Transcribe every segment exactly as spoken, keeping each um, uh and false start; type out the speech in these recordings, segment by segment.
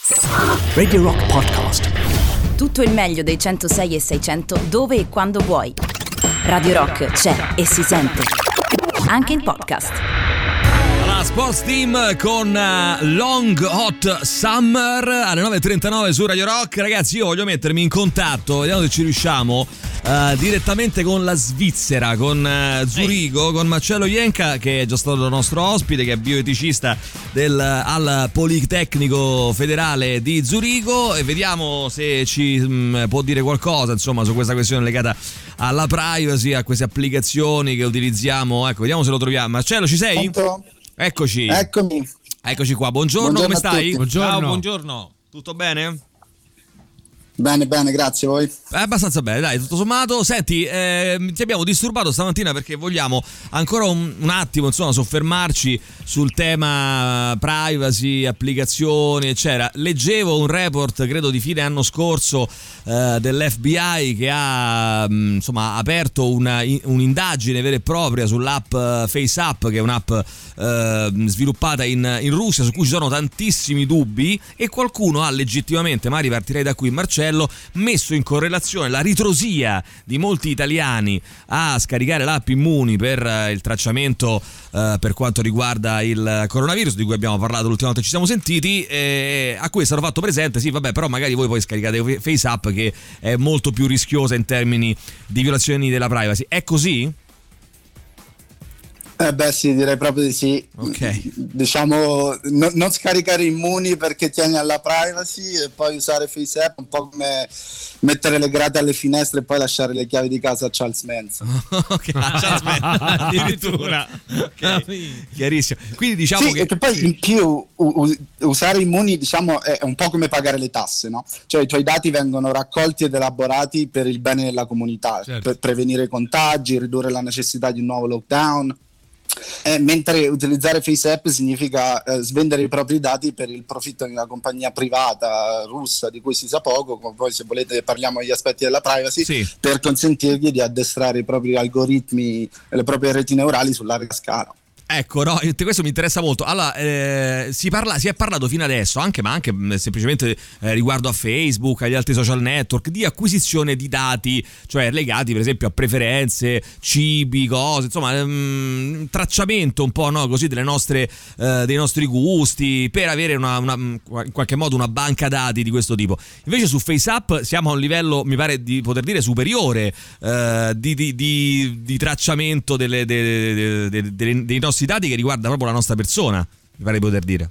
Radio Rock Podcast. Tutto il meglio dei centosei e seicento dove e quando vuoi. Radio Rock c'è e si sente anche in podcast. La Sports Team con uh, Long Hot Summer alle nove e trentanove su Radio Rock. Ragazzi, io voglio mettermi in contatto, vediamo se ci riusciamo, uh, direttamente con la Svizzera, con uh, Zurigo, con Marcello Jenka, che è già stato il nostro ospite, che è bioeticista del, al Politecnico Federale di Zurigo, e vediamo se ci um, può dire qualcosa, insomma, su questa questione legata alla privacy, a queste applicazioni che utilizziamo. Ecco, vediamo se lo troviamo. Marcello, ci sei? Pronto? Eccoci. Eccomi. Eccoci qua. Buongiorno, Buongiorno, come stai? Buongiorno. Ciao, buongiorno. Tutto bene? Bene, bene, grazie. Voi? È abbastanza bene, dai, tutto sommato. Senti, eh, ti abbiamo disturbato stamattina perché vogliamo ancora un, un attimo, insomma, soffermarci sul tema privacy, applicazioni, eccetera. Leggevo un report, credo di fine anno scorso, eh, dell'F B I, che ha mh, insomma aperto una, un'indagine vera e propria sull'app FaceApp, che è un'app eh, sviluppata in, in Russia, su cui ci sono tantissimi dubbi, e qualcuno ha legittimamente, magari partirei da qui, Marcello, messo in correlazione la ritrosia di molti italiani a scaricare l'app Immuni per eh, il tracciamento eh, per quanto riguarda il coronavirus, di cui abbiamo parlato l'ultima volta che ci siamo sentiti, e a cui è stato fatto presente: sì, vabbè, però magari voi poi scaricate FaceApp, che è molto più rischiosa in termini di violazioni della privacy. È così? Eh beh sì, direi proprio di sì. Ok. Diciamo, no, non scaricare Immuni perché tieni alla privacy, e poi usare FaceApp un po' come mettere le grate alle finestre e poi lasciare le chiavi di casa a Charles Manson. Ok, a Charles Manson addirittura. Ok, chiarissimo. Quindi diciamo sì, che... e che poi in più u- usare Immuni, diciamo, è un po' come pagare le tasse, no? Cioè i tuoi dati vengono raccolti ed elaborati per il bene della comunità, certo, per prevenire i contagi, ridurre la necessità di un nuovo lockdown. Eh, mentre utilizzare FaceApp significa eh, svendere i propri dati per il profitto di una compagnia privata russa di cui si sa poco. Poi, se volete, parliamo degli aspetti della privacy, Sì. per consentirgli di addestrare i propri algoritmi e le proprie reti neurali su larga scala. Ecco, no, questo mi interessa molto. Allora, eh, si, parla, si è parlato fino adesso, anche, ma anche semplicemente eh, riguardo a Facebook, agli altri social network, di acquisizione di dati, cioè legati per esempio a preferenze, cibi, cose, insomma, um, tracciamento un po', no, così, delle nostre, eh, dei nostri gusti, per avere una, una, in qualche modo una banca dati di questo tipo. Invece su FaceApp siamo a un livello, mi pare di poter dire, superiore eh, di, di, di, di tracciamento delle, delle, delle, delle, dei nostri dati, che riguarda proprio la nostra persona, mi pare di poter dire.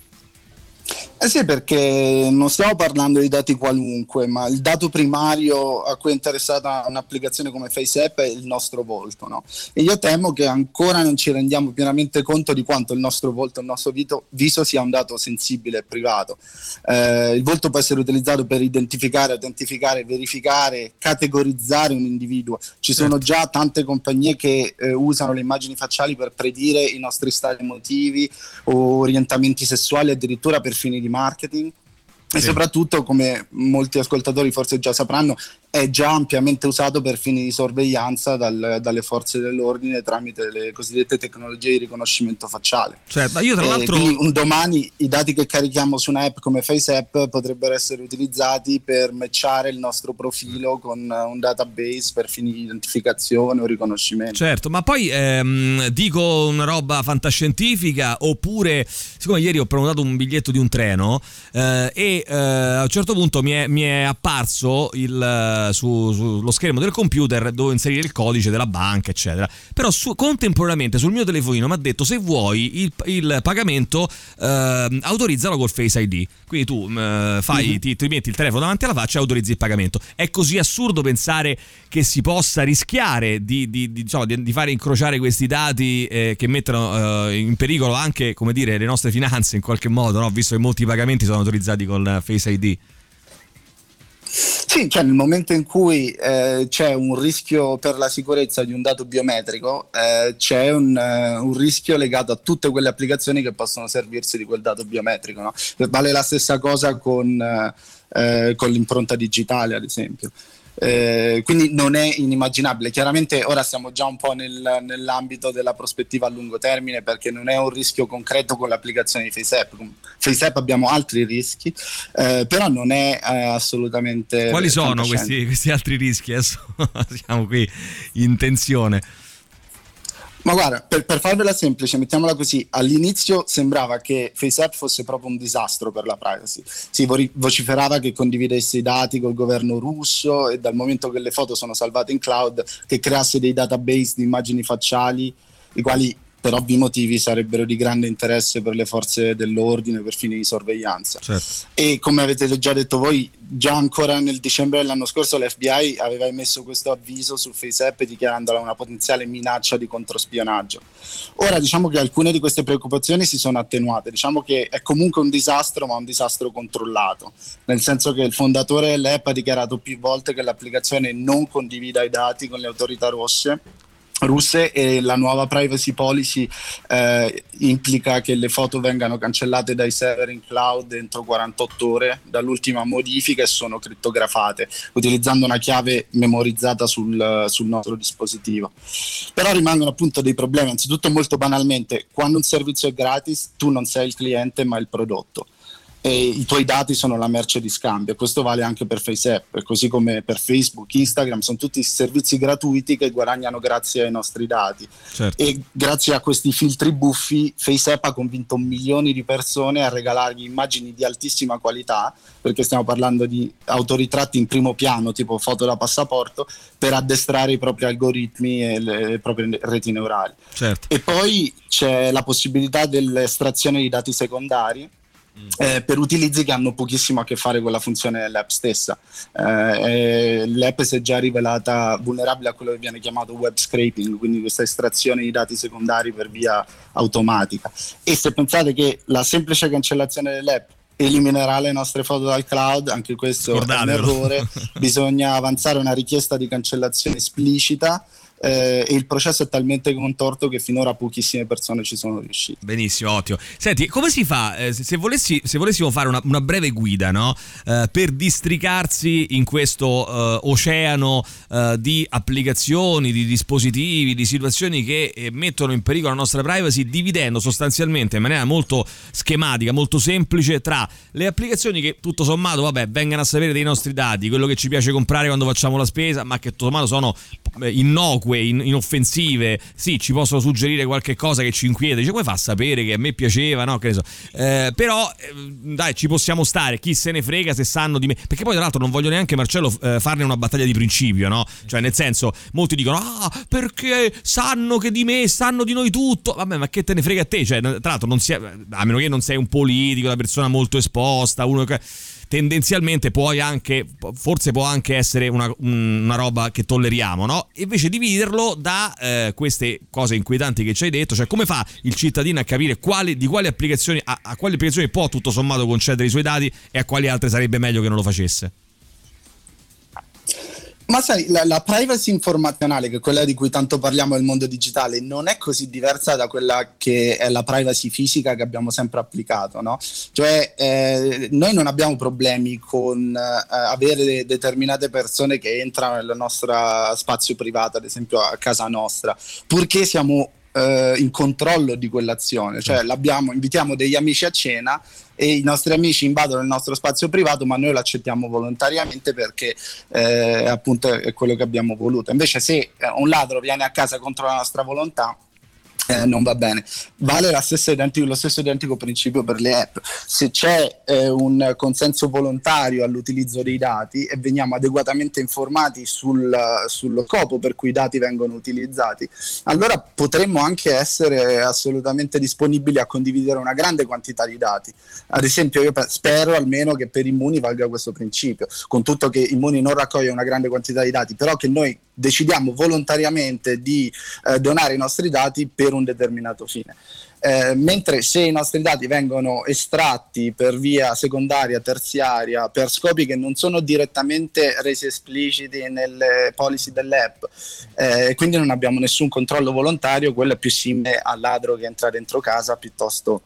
Eh sì, perché non stiamo parlando di dati qualunque, ma il dato primario a cui è interessata un'applicazione come FaceApp è il nostro volto, no? E io temo che ancora non ci rendiamo pienamente conto di quanto il nostro volto, il nostro vito, viso sia un dato sensibile e privato. Eh, il volto può essere utilizzato per identificare, autentificare, verificare, categorizzare un individuo. Ci sono già tante compagnie che eh, usano le immagini facciali per predire i nostri stati emotivi o orientamenti sessuali, addirittura per fini di marketing. E sì, soprattutto, come molti ascoltatori forse già sapranno, è già ampiamente usato per fini di sorveglianza dal, dalle forze dell'ordine tramite le cosiddette tecnologie di riconoscimento facciale. Cioè, io tra l'altro... Quindi un domani i dati che carichiamo su un'app come FaceApp potrebbero essere utilizzati per matchare il nostro profilo con un database per fini di identificazione o riconoscimento. Certo, ma poi ehm, dico una roba fantascientifica, oppure, siccome ieri ho prenotato un biglietto di un treno eh, e eh, a un certo punto mi è, mi è apparso il Su, sullo schermo del computer dove inserire il codice della banca, eccetera. Però su, contemporaneamente sul mio telefonino mi ha detto: se vuoi il, il pagamento eh, autorizzalo col Face I D. Quindi tu eh, fai, mm-hmm. ti, ti metti il telefono davanti alla faccia e autorizzi il pagamento. È così assurdo pensare che si possa rischiare di, di, di, diciamo, di, di fare incrociare questi dati eh, che mettono eh, in pericolo anche, come dire, le nostre finanze in qualche modo, no? Visto che molti pagamenti sono autorizzati col Face I D. Sì, cioè nel momento in cui eh, c'è un rischio per la sicurezza di un dato biometrico, eh, c'è un, uh, un rischio legato a tutte quelle applicazioni che possono servirsi di quel dato biometrico, no? Vale la stessa cosa con, uh, eh, con l'impronta digitale, ad esempio. Eh, quindi non è inimmaginabile. Chiaramente ora siamo già un po' nel, nell'ambito della prospettiva a lungo termine, perché non è un rischio concreto con l'applicazione di FaceApp. Con FaceApp abbiamo altri rischi, eh, però non è eh, assolutamente. Quali sono questi, questi altri rischi? Adesso siamo qui in tensione. Ma guarda, per, per farvela semplice, mettiamola così, all'inizio sembrava che FaceApp fosse proprio un disastro per la privacy. Si vociferava che condividesse i dati col governo russo e dal momento che le foto sono salvate in cloud, che creasse dei database di immagini facciali, i quali per ovvi motivi sarebbero di grande interesse per le forze dell'ordine per fini di sorveglianza. Certo. E come avete già detto voi, già ancora nel dicembre dell'anno scorso l'F B I aveva emesso questo avviso su FaceApp dichiarandola una potenziale minaccia di controspionaggio. Ora diciamo che alcune di queste preoccupazioni si sono attenuate, diciamo che è comunque un disastro, ma un disastro controllato, nel senso che il fondatore dell'app ha dichiarato più volte che l'applicazione non condivida i dati con le autorità russe russe e la nuova privacy policy eh, implica che le foto vengano cancellate dai server in cloud entro quarantotto ore dall'ultima modifica e sono crittografate utilizzando una chiave memorizzata sul, sul nostro dispositivo. Però rimangono appunto dei problemi. Anzitutto, molto banalmente, quando un servizio è gratis tu non sei il cliente ma il prodotto e i tuoi dati sono la merce di scambio. Questo vale anche per FaceApp, così come per Facebook, Instagram, sono tutti servizi gratuiti che guadagnano grazie ai nostri dati. Certo. E grazie a questi filtri buffi FaceApp ha convinto milioni di persone a regalargli immagini di altissima qualità, perché stiamo parlando di autoritratti in primo piano, tipo foto da passaporto, per addestrare i propri algoritmi e le, le proprie reti neurali. Certo. E poi c'è la possibilità dell'estrazione di dati secondari, Eh, per utilizzi che hanno pochissimo a che fare con la funzione dell'app stessa. Eh, l'app si è già rivelata vulnerabile a quello che viene chiamato web scraping, quindi questa estrazione di dati secondari per via automatica. E se pensate che la semplice cancellazione dell'app eliminerà le nostre foto dal cloud, anche questo Scordatelo. È un errore. Bisogna avanzare una richiesta di cancellazione esplicita. Eh, e il processo è talmente contorto che finora pochissime persone ci sono riuscite. Benissimo, ottimo. Senti, come si fa eh, se, se, volessi, se volessimo fare una, una breve guida, no? Eh, per districarsi in questo eh, oceano eh, di applicazioni, di dispositivi, di situazioni che eh, mettono in pericolo la nostra privacy, dividendo sostanzialmente in maniera molto schematica, molto semplice, tra le applicazioni che tutto sommato vabbè vengano a sapere dei nostri dati, quello che ci piace comprare quando facciamo la spesa, ma che tutto sommato sono eh, innocue, inoffensive, sì, ci possono suggerire qualche cosa che ci inquieta, dice come fa a sapere che a me piaceva, no, che ne so, eh, però eh, dai, ci possiamo stare, chi se ne frega se sanno di me, perché poi tra l'altro non voglio neanche, Marcello, eh, farne una battaglia di principio, no, cioè nel senso, molti dicono ah perché sanno che di me, sanno di noi tutto, vabbè, ma che te ne frega a te, cioè tra l'altro non si è, a meno che non sei un politico, una persona molto esposta, uno che tendenzialmente puoi anche, forse può anche essere una, una roba che tolleriamo, no? E invece dividerlo da eh, queste cose inquietanti che ci hai detto, cioè come fa il cittadino a capire quali, di quali applicazioni a, a quali applicazioni può tutto sommato concedere i suoi dati e a quali altre sarebbe meglio che non lo facesse? Ma sai, la, la privacy informazionale, che è quella di cui tanto parliamo nel mondo digitale, non è così diversa da quella che è la privacy fisica che abbiamo sempre applicato, no? Cioè, eh, noi non abbiamo problemi con eh, avere determinate persone che entrano nel nostro spazio privato, ad esempio a casa nostra, purché siamo eh, in controllo di quell'azione. Cioè, l'abbiamo, invitiamo degli amici a cena e i nostri amici invadono il nostro spazio privato, ma noi lo accettiamo volontariamente perché eh, appunto è quello che abbiamo voluto. Invece se un ladro viene a casa contro la nostra volontà, Eh, non va bene. Vale la stessa identico, lo stesso identico principio per le app. Se c'è eh, un consenso volontario all'utilizzo dei dati e veniamo adeguatamente informati sul, sullo scopo per cui i dati vengono utilizzati, allora potremmo anche essere assolutamente disponibili a condividere una grande quantità di dati. Ad esempio, io spero almeno che per Immuni valga questo principio, con tutto che Immuni non raccoglie una grande quantità di dati, però che noi decidiamo volontariamente di eh, donare i nostri dati per un determinato fine. Eh, mentre se i nostri dati vengono estratti per via secondaria, terziaria, per scopi che non sono direttamente resi espliciti nelle policy dell'app, eh, quindi non abbiamo nessun controllo volontario, quello è più simile al ladro che entra dentro casa piuttosto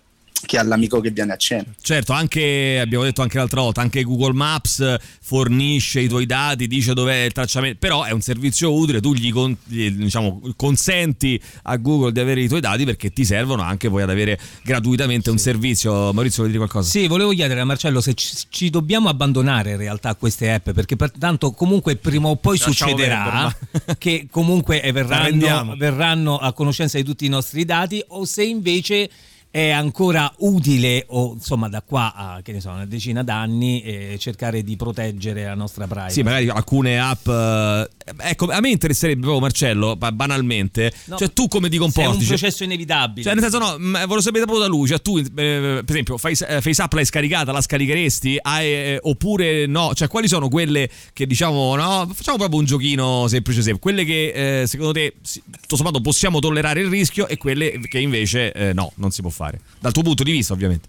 che all'amico che viene a cena. Certo, anche abbiamo detto anche l'altra volta, anche Google Maps fornisce i tuoi dati, dice dov'è il tracciamento, però è un servizio utile, tu gli, con, gli diciamo, consenti a Google di avere i tuoi dati perché ti servono anche poi ad avere gratuitamente un servizio. Maurizio, vuoi dire qualcosa? Sì, volevo chiedere a Marcello se ci, ci dobbiamo abbandonare in realtà a queste app, perché per, tanto comunque prima o poi Lasciamo succederà perdere, che comunque eh, verranno, Arrendiamo. verranno a conoscenza di tutti i nostri dati, o se invece è ancora utile, o insomma da qua a che ne so, una decina d'anni, eh, cercare di proteggere la nostra privacy. Sì, magari alcune app. eh, Ecco, a me interesserebbe proprio, Marcello, ba- banalmente, No, cioè tu come ti se è comporti? un Cioè- processo inevitabile. Cioè, nel senso, no, mh, volevo sapere proprio da lui. Cioè, tu, eh, per esempio, Face, eh, FaceApp l'hai scaricata, la scaricheresti? Hai, eh, oppure no? Cioè, quali sono quelle che diciamo, no? Facciamo proprio un giochino semplice, semplice. Quelle che eh, secondo te, sì, tutto sommato, possiamo tollerare il rischio, e quelle che invece eh, no, non si può fare. Dal tuo punto di vista, ovviamente.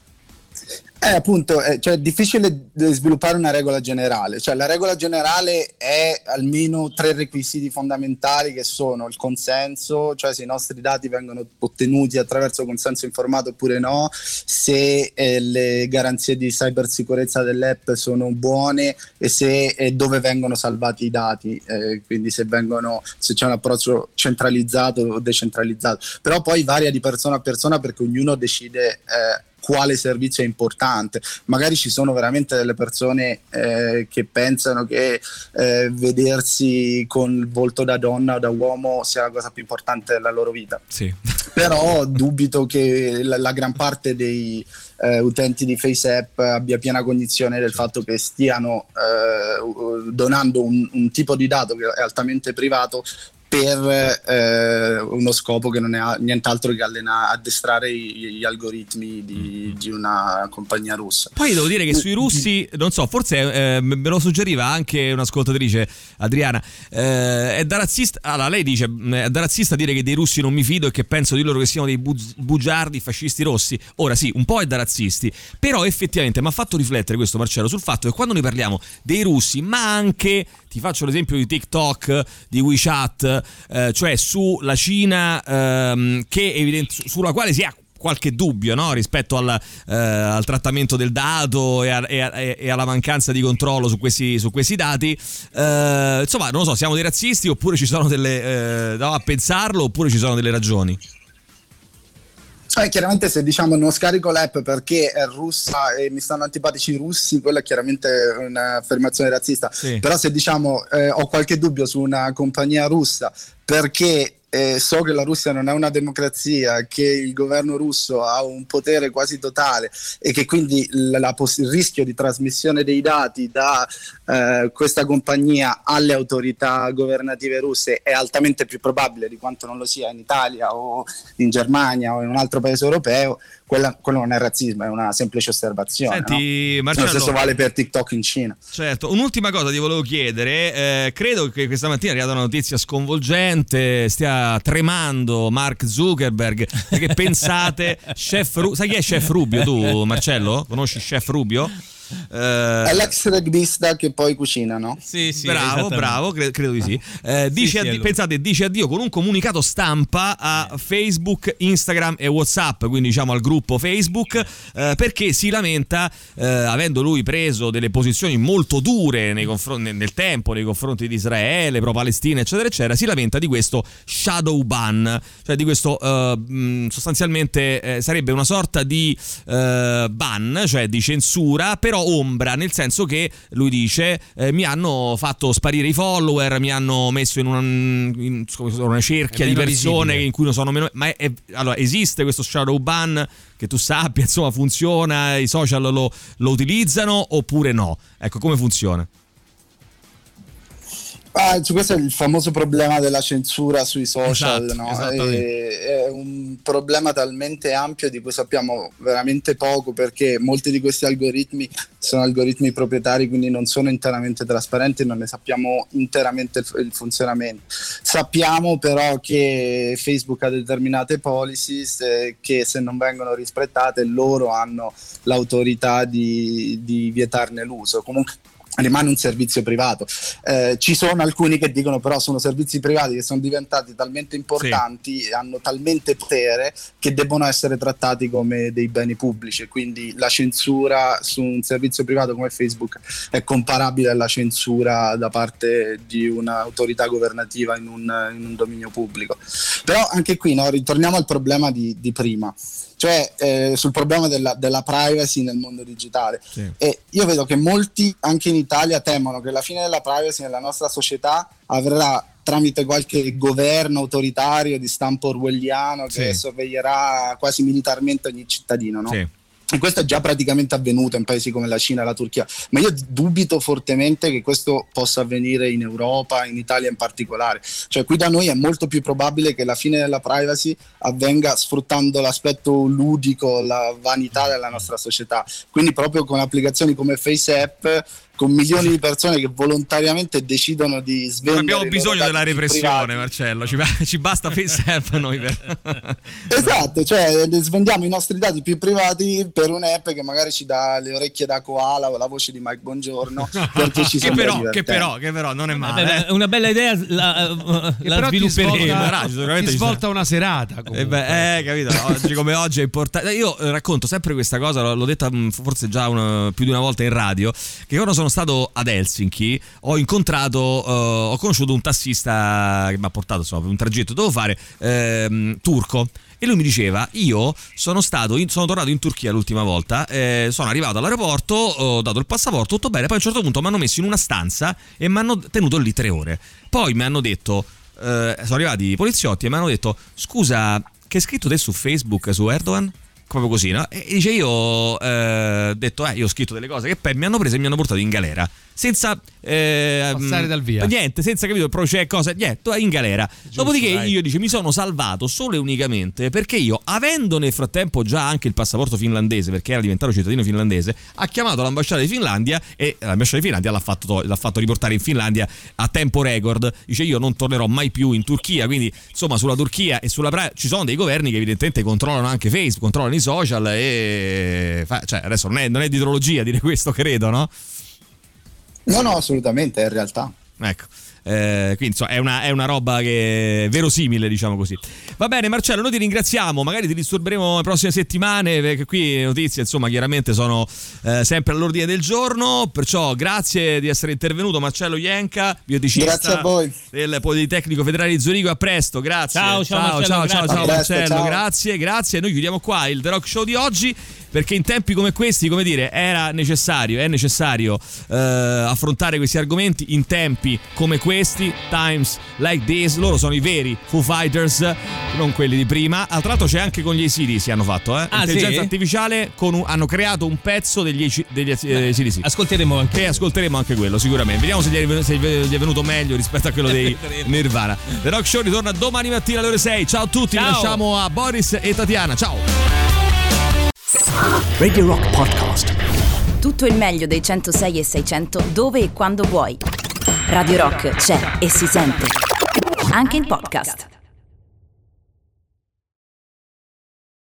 Eh, appunto, è, cioè, è difficile sviluppare una regola generale. Cioè, la regola generale è almeno tre requisiti fondamentali, che sono il consenso, cioè se i nostri dati vengono ottenuti attraverso consenso informato oppure no, se eh, le garanzie di cybersicurezza delle app sono buone, e se e dove vengono salvati i dati, eh, quindi se vengono, se c'è un approccio centralizzato o decentralizzato. Però poi varia di persona a persona, perché ognuno decide eh, quale servizio è importante. Magari ci sono veramente delle persone eh, che pensano che eh, vedersi con il volto da donna o da uomo sia la cosa più importante della loro vita. Sì. Però dubito che la, la gran parte dei eh, utenti di FaceApp abbia piena cognizione del fatto che stiano eh, donando un, un tipo di dato che è altamente privato per eh, uno scopo che non è nient'altro che allena, addestrare gli, gli algoritmi di, di una compagnia russa. Poi devo dire che sui russi, non so, forse eh, me lo suggeriva anche un'ascoltatrice, Adriana, eh, è da razzista. Allora, lei dice: è da razzista dire che dei russi non mi fido e che penso di loro che siano dei bu- bugiardi, fascisti rossi. Ora sì, un po' è da razzisti, però effettivamente mi ha fatto riflettere questo, Marcello, sul fatto che quando noi parliamo dei russi, ma anche, ti faccio l'esempio di TikTok, di WeChat, eh, cioè sulla Cina, ehm, che evident- sulla quale si ha qualche dubbio, no? Rispetto al, eh, al trattamento del dato e, a, e, a, e alla mancanza di controllo su questi, su questi dati. Eh, insomma, non lo so, siamo dei razzisti, oppure ci sono delle eh, no, a pensarlo, oppure ci sono delle ragioni. Eh, chiaramente se diciamo non scarico l'app perché è russa e mi stanno antipatici i russi, quella è chiaramente un'affermazione razzista. Sì. Però se diciamo eh, ho qualche dubbio su una compagnia russa perché eh, so che la Russia non è una democrazia, che il governo russo ha un potere quasi totale e che quindi la, la poss- il rischio di trasmissione dei dati da eh, questa compagnia alle autorità governative russe è altamente più probabile di quanto non lo sia in Italia o in Germania o in un altro paese europeo, quella, quello non è razzismo, è una semplice osservazione. Senti, no? Marcello, lo stesso vale per TikTok in Cina. Certo, un'ultima cosa ti volevo chiedere, eh, credo che questa mattina è arrivata una notizia sconvolgente, stia tremando Mark Zuckerberg, perché pensate, Chef Ru- sai chi è Chef Rubio tu, Marcello? Conosci Chef Rubio? Eh, è l'ex rugbista che poi cucina, no? Sì, sì, bravo, bravo, cre- credo di sì. Eh, dice sì, addi- sì, pensate, dice addio con un comunicato stampa a Facebook, Instagram e WhatsApp, quindi diciamo al gruppo Facebook, eh, perché si lamenta, eh, avendo lui preso delle posizioni molto dure nei confronti, nel tempo nei confronti di Israele, pro-Palestina, eccetera, eccetera, si lamenta di questo shadow ban, cioè di questo eh, mh, sostanzialmente eh, sarebbe una sorta di eh, ban, cioè di censura, però ombra, nel senso che lui dice eh, mi hanno fatto sparire i follower, mi hanno messo in una, in una cerchia di persone visibile, in cui non sono meno, ma è, è, allora esiste questo shadow ban che tu sappia, insomma, funziona, i social lo, lo utilizzano oppure no? Ecco, come funziona? Ah, questo è il famoso problema della censura sui social, esatto, no? È, è un problema talmente ampio di cui sappiamo veramente poco, perché molti di questi algoritmi sono algoritmi proprietari, quindi non sono interamente trasparenti, non ne sappiamo interamente il, il funzionamento. Sappiamo però che Facebook ha determinate policies eh, che se non vengono rispettate loro hanno l'autorità di, di vietarne l'uso. Comunque rimane un servizio privato. Eh, ci sono alcuni che dicono però sono servizi privati che sono diventati talmente importanti sì. e hanno talmente potere che debbono essere trattati come dei beni pubblici, quindi la censura su un servizio privato come Facebook è comparabile alla censura da parte di un'autorità governativa in un, in un dominio pubblico. Però anche qui no, ritorniamo al problema di, di prima, cioè eh, sul problema della, della privacy nel mondo digitale. Sì. E io vedo che molti anche in Italia temono che la fine della privacy nella nostra società avverrà tramite qualche governo autoritario di stampo orwelliano che sì. sorveglierà quasi militarmente ogni cittadino, no? Sì. E questo è già praticamente avvenuto in paesi come la Cina e la Turchia, ma io dubito fortemente che questo possa avvenire in Europa, in Italia in particolare. Cioè qui da noi è molto più probabile che la fine della privacy avvenga sfruttando l'aspetto ludico, la vanità della nostra società, quindi proprio con applicazioni come FaceApp, con milioni di persone che volontariamente decidono di svendere. Non abbiamo bisogno della repressione, Marcello, ci, ci basta FaceApp noi per... Esatto, cioè svendiamo i nostri dati più privati per un'app che magari ci dà le orecchie da koala o la voce di Mike Bongiorno, perché ci che, però, che però che però non è male. Vabbè, eh. Una bella idea, la, uh, la svilupperemo. Ti svolta, ti svolta una serata eh, beh, eh, capito, oggi come oggi è importante. Io racconto sempre questa cosa, l'ho detta forse già una, più di una volta in radio, che quando sono stato ad Helsinki ho incontrato uh, ho conosciuto un tassista che mi ha portato insomma per un tragitto che dovevo fare ehm, turco, e lui mi diceva: io sono stato in, sono tornato in Turchia l'ultima volta, eh, sono arrivato all'aeroporto, ho dato il passaporto, tutto bene, poi a un certo punto mi hanno messo in una stanza e mi hanno tenuto lì tre ore, poi mi hanno detto eh, sono arrivati i poliziotti e mi hanno detto: scusa, che hai scritto te su Facebook su Erdogan? Proprio così, no? E dice: io ho eh, detto, eh, io ho scritto delle cose che poi mi hanno preso e mi hanno portato in galera senza eh, passare dal via, niente, senza capito procè cosa, niente, in galera. Giusto, dopodiché dai. Io dice mi sono salvato solo e unicamente perché io, avendo nel frattempo già anche il passaporto finlandese, perché era diventato cittadino finlandese, ha chiamato l'ambasciata di Finlandia e l'ambasciata di Finlandia l'ha fatto, l'ha fatto riportare in Finlandia a tempo record. Dice: io non tornerò mai più in Turchia. Quindi insomma sulla Turchia e sulla pra- ci sono dei governi che evidentemente controllano anche Facebook, controllano i social e fa- cioè adesso non è, non è dietrologia dire questo, credo, no? No, no, assolutamente, è in realtà. Ecco. Eh, quindi insomma, è una, è una roba che è verosimile, diciamo così. Va bene Marcello, noi ti ringraziamo, magari ti disturberemo le prossime settimane perché qui le notizie insomma chiaramente sono eh, sempre all'ordine del giorno, perciò grazie di essere intervenuto Marcello Ienca, biodicista grazie a voi. Del Politecnico Federale di Zurigo. A presto, grazie. Ciao ciao ciao Marcello, ciao, ciao, ciao presto, Marcello, ciao. grazie, grazie. Noi chiudiamo qua il The Rock Show di oggi, perché in tempi come questi, come dire, era necessario, è necessario eh, affrontare questi argomenti in tempi come questi, times like this. Loro sono i veri Foo Fighters, non quelli di prima. Tra l'altro c'è anche con gli A C D C, hanno fatto, eh? Ah, intelligenza sì? artificiale, con un, hanno creato un pezzo degli, degli A C D C. Ascolteremo anche e ascolteremo anche quello sicuramente. Vediamo se gli è, se gli è venuto meglio rispetto a quello dei Nirvana. The Rock Show ritorna domani mattina alle ore sei. Ciao a tutti, ciao. Vi lasciamo a Boris e Tatiana. Ciao. Radio Rock Podcast. Tutto il meglio dei centosei e seicento dove e quando vuoi. Radio Rock c'è e si sente. Anche in podcast.